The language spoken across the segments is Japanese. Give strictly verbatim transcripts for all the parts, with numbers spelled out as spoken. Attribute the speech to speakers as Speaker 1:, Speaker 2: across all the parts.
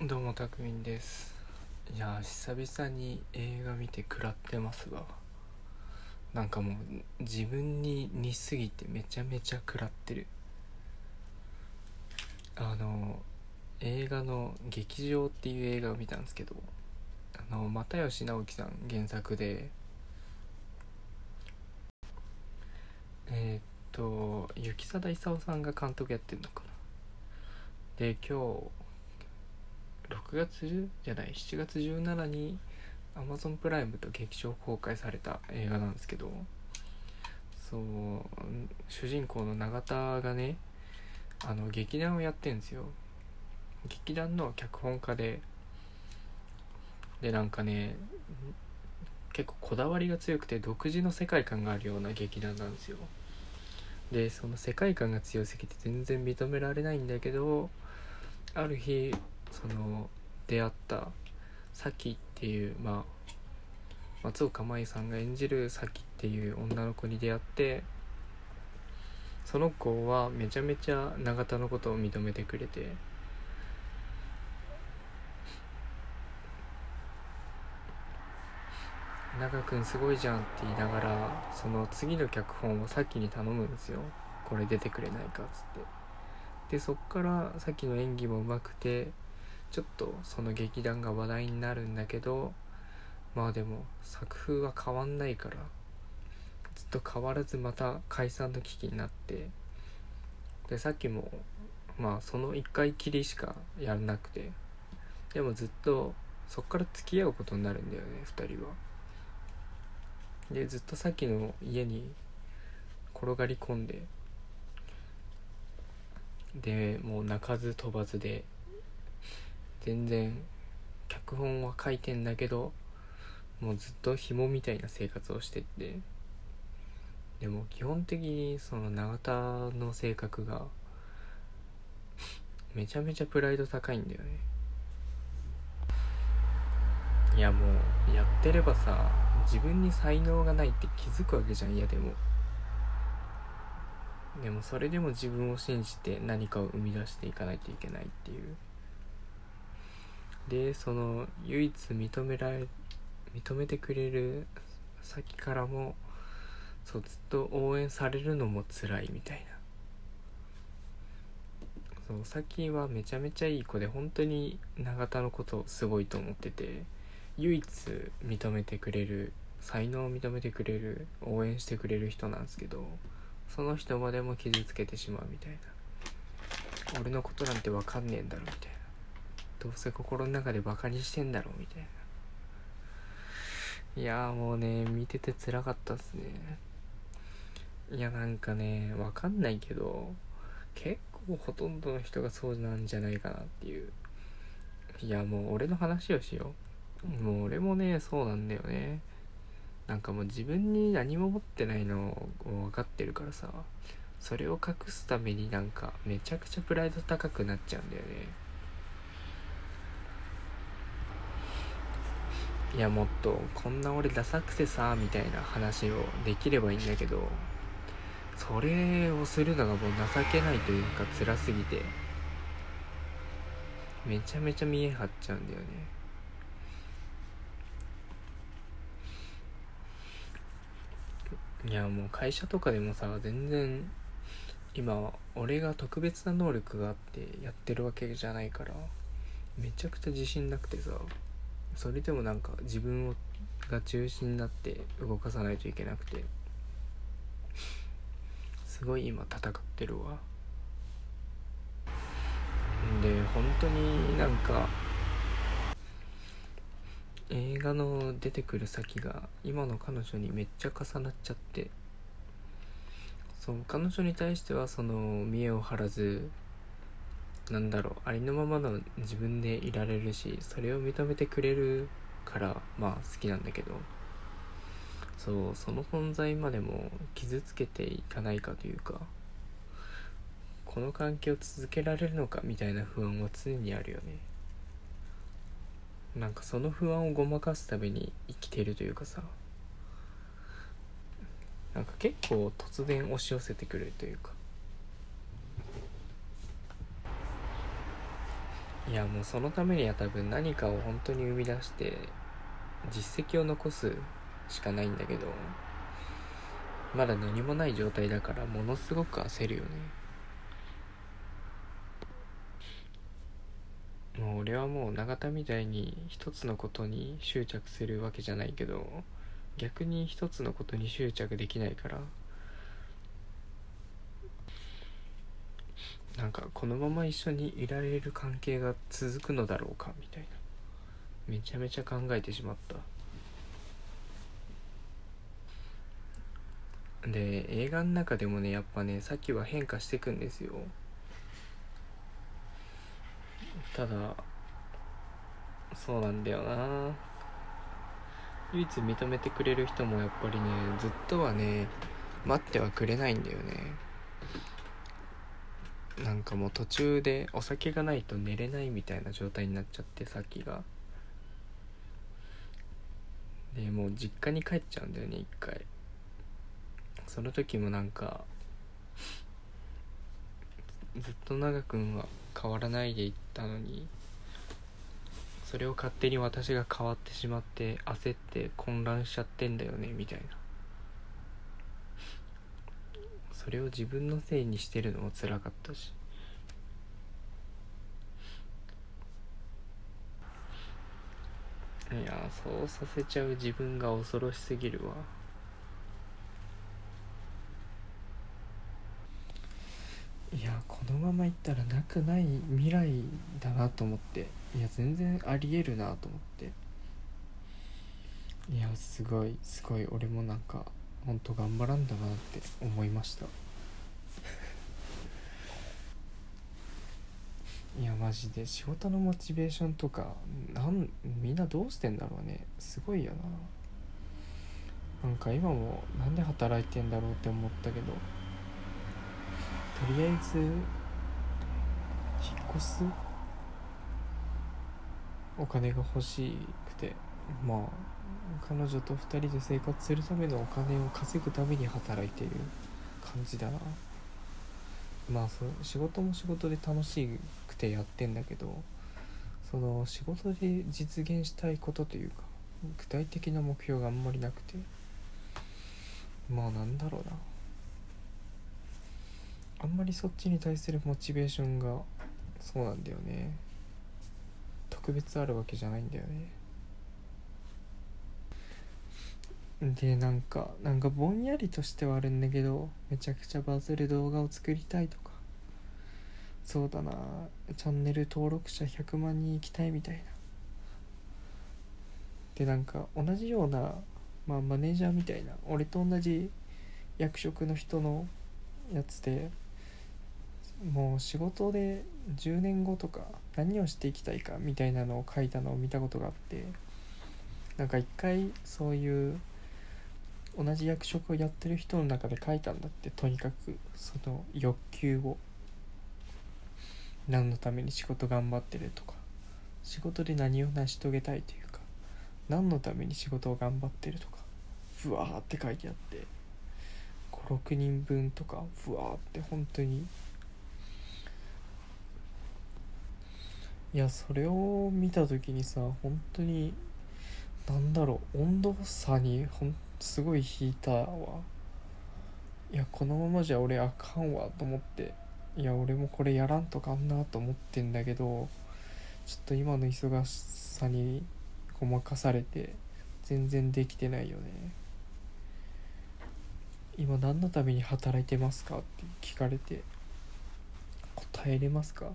Speaker 1: どうもたくみんです。いや久々に映画見て食らってますわ。なんかもう自分に似すぎてめちゃめちゃ食らってる。あの映画の劇場っていう映画を見たんですけど、あの又吉直樹さん原作で、えー、っと雪貞勲さんが監督やってるのかな。で今日ろくがつじゃないしちがつじゅうしちにちに Amazon プライムと劇場公開された映画なんですけど、そう主人公の永田がね、あの劇団をやってんですよ。劇団の脚本家ででなんかね、結構こだわりが強くて独自の世界観があるような劇団なんですよ。でその世界観が強すぎて全然認められないんだけど、ある日その出会ったサキっていう、まあ松岡茉優さんが演じるサキっていう女の子に出会って、その子はめちゃめちゃ永田のことを認めてくれて、永くんすごいじゃんって言いながら、その次の脚本をサキに頼むんですよ。これ出てくれないかっつって。でそっからサキの演技も上手くて、ちょっとその劇団が話題になるんだけど、まあでも作風は変わんないからずっと変わらずまた解散の危機になって、でさっきもまあそのいっかいきりしかやらなくて、でもずっとそっから付き合うことになるんだよね、ふたりは。でずっとさっきの家に転がり込んで、でもう泣かず飛ばずで、全然脚本は書いてんだけどもうずっと紐みたいな生活をしてって、でも基本的にその永田の性格がめちゃめちゃプライド高いんだよね。いやもうやってればさ、自分に才能がないって気づくわけじゃん。いやでもでもそれでも自分を信じて何かを生み出していかないといけないっていう。でその唯一認められ認めてくれる先からもそうずっと応援されるのも辛いみたいな。そう先はめちゃめちゃいい子で、本当に永田のことをすごいと思ってて、唯一認めてくれる、才能を認めてくれる、応援してくれる人なんですけど、その人までも傷つけてしまうみたいな。俺のことなんて分かんねえんだろみたいな、どうせ心の中でバカにしてんだろみたいな。いやーもうね見てて辛かったっすね。いやなんかね分かんないけど結構ほとんどの人がそうなんじゃないかなっていう。いやもう俺の話をしよう。もう俺もねそうなんだよね。なんかもう自分に何も持ってないのを分かってるからさ、それを隠すためになんかめちゃくちゃプライド高くなっちゃうんだよね。いやもっとこんな俺ダサくてさみたいな話をできればいいんだけど、それをするのがもう情けないというか辛すぎてめちゃめちゃ見え張っちゃうんだよね。いやもう会社とかでもさ、全然今俺が特別な能力があってやってるわけじゃないからめちゃくちゃ自信なくてさ、それでもなんか自分をが中心になって動かさないといけなくて、すごい今戦ってるわ。で本当になんか映画の出てくる先が今の彼女にめっちゃ重なっちゃって、そう彼女に対してはその見栄を張らず、なんだろう、ありのままの自分でいられるし、それを認めてくれるからまあ好きなんだけど、そうその存在までも傷つけていかないかというか、この関係を続けられるのかみたいな不安は常にあるよね。なんかその不安をごまかすために生きてるというかさ、なんか結構突然押し寄せてくるというか、 いやもうそのためには多分何かを本当に生み出して実績を残すしかないんだけど、まだ何もない状態だからものすごく焦るよね。もう俺はもう永田みたいに一つのことに執着するわけじゃないけど、逆に一つのことに執着できないから、なんかこのまま一緒にいられる関係が続くのだろうかみたいな、めちゃめちゃ考えてしまった。で映画の中でもね、やっぱねさっきは変化していくんですよ。ただそうなんだよな、唯一認めてくれる人もやっぱりねずっとはね待ってはくれないんだよね。なんかもう途中でお酒がないと寝れないみたいな状態になっちゃって、さっきがでもう実家に帰っちゃうんだよね一回。その時もなんかずっと長くんは変わらないでいったのに、それを勝手に私が変わってしまって焦って混乱しちゃってんだよねみたいな、それを自分のせいにしてるのも辛かったし、いやそうさせちゃう自分が恐ろしすぎるわ。いやこのままいったらなくない未来だなと思って、いや全然ありえるなと思って、いやすごいすごい俺もなんかほんと頑張らんだなって思いました。いやマジで仕事のモチベーションとかなんみんなどうしてんだろうね、すごいよな。なんか今もなんで働いてんだろうって思ったけど、とりあえず引っ越すお金が欲しくて、まあ彼女とふたりで生活するためのお金を稼ぐために働いている感じだな。まあそ仕事も仕事で楽しくてやってんだけど、その仕事で実現したいことというか具体的な目標があんまりなくて、まあなんだろうな、あんまりそっちに対するモチベーションがそうなんだよね、特別あるわけじゃないんだよね。でなんかなんかぼんやりとしてはあるんだけど、めちゃくちゃバズる動画を作りたいとか、そうだなチャンネル登録者ひゃくまん人行きたいみたいな。でなんか同じような、まあ、マネージャーみたいな俺と同じ役職の人のやつで、もう仕事でじゅうねんごとか何をしていきたいかみたいなのを書いたのを見たことがあって、なんか一回そういう同じ役職をやってる人の中で書いたんだって。とにかくその欲求を、何のために仕事頑張ってるとか、仕事で何を成し遂げたいというか、何のために仕事を頑張ってるとかふわーって書いてあって、ごろくにんぶんとかふわーって本当に、いやそれを見た時にさ本当になんだろう、温度差にほんすごい引いたわ。いやこのままじゃ俺あかんわと思って、いや俺もこれやらんとかんなと思ってんだけど、ちょっと今の忙しさにごまかされて全然できてないよね。今何のために働いてますかって聞かれて答えれますか？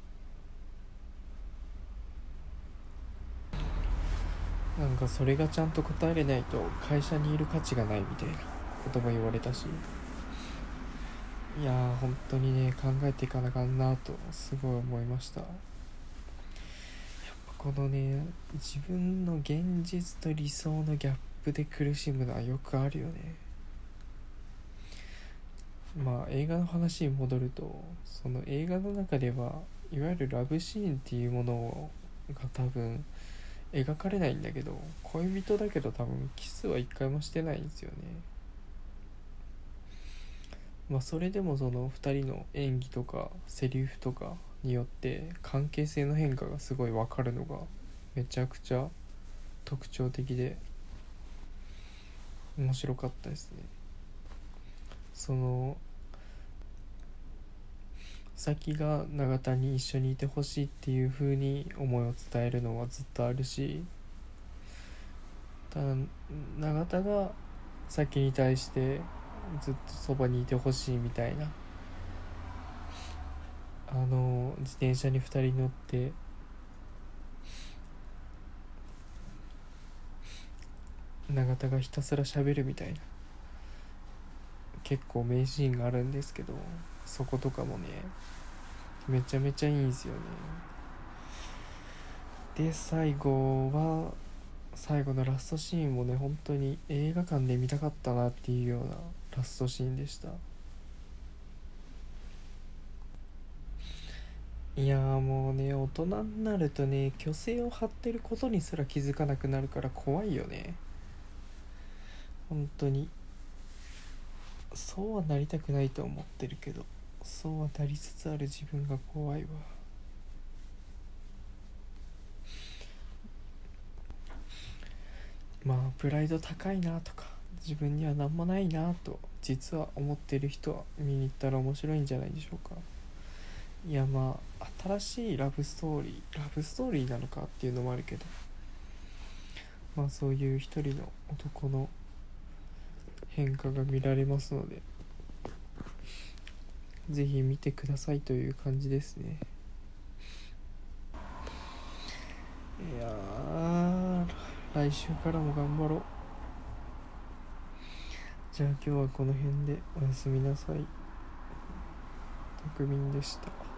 Speaker 1: なんかそれがちゃんと答えれないと会社にいる価値がないみたいなことも言われたし、いやー本当にね考えていかなあかんなとすごい思いました。やっぱこのね自分の現実と理想のギャップで苦しむのはよくあるよね。まあ映画の話に戻ると、その映画の中ではいわゆるラブシーンっていうものが多分描かれないんだけど、恋人だけど多分キスは一回もしてないんですよね。まあそれでもそのふたりの演技とかセリフとかによって関係性の変化がすごい分かるのがめちゃくちゃ特徴的で面白かったですね。そのさきが永田に一緒にいてほしいっていう風に思いを伝えるのはずっとあるし、ただ永田がさきに対してずっとそばにいてほしいみたいな、あの自転車にふたり乗って永田がひたすら喋るみたいな結構名シーンがあるんですけど、そことかもねめちゃめちゃいいんですよね。で最後は最後のラストシーンもね本当に映画館で見たかったなっていうようなラストシーンでした。いやーもうね大人になるとね虚勢を張ってることにすら気づかなくなるから怖いよね本当に。そうはなりたくないと思ってるけどそうはなりつつある自分が怖いわ。まあプライド高いなとか自分には何もないなと実は思ってる人は見に行ったら面白いんじゃないでしょうか。いやまあ新しいラブストーリーラブストーリーなのかっていうのもあるけど、まあそういう一人の男の変化が見られますのでぜひ見てくださいという感じですね。いやー来週からも頑張ろう。じゃあ今日はこの辺でおやすみなさい。たくみんでした。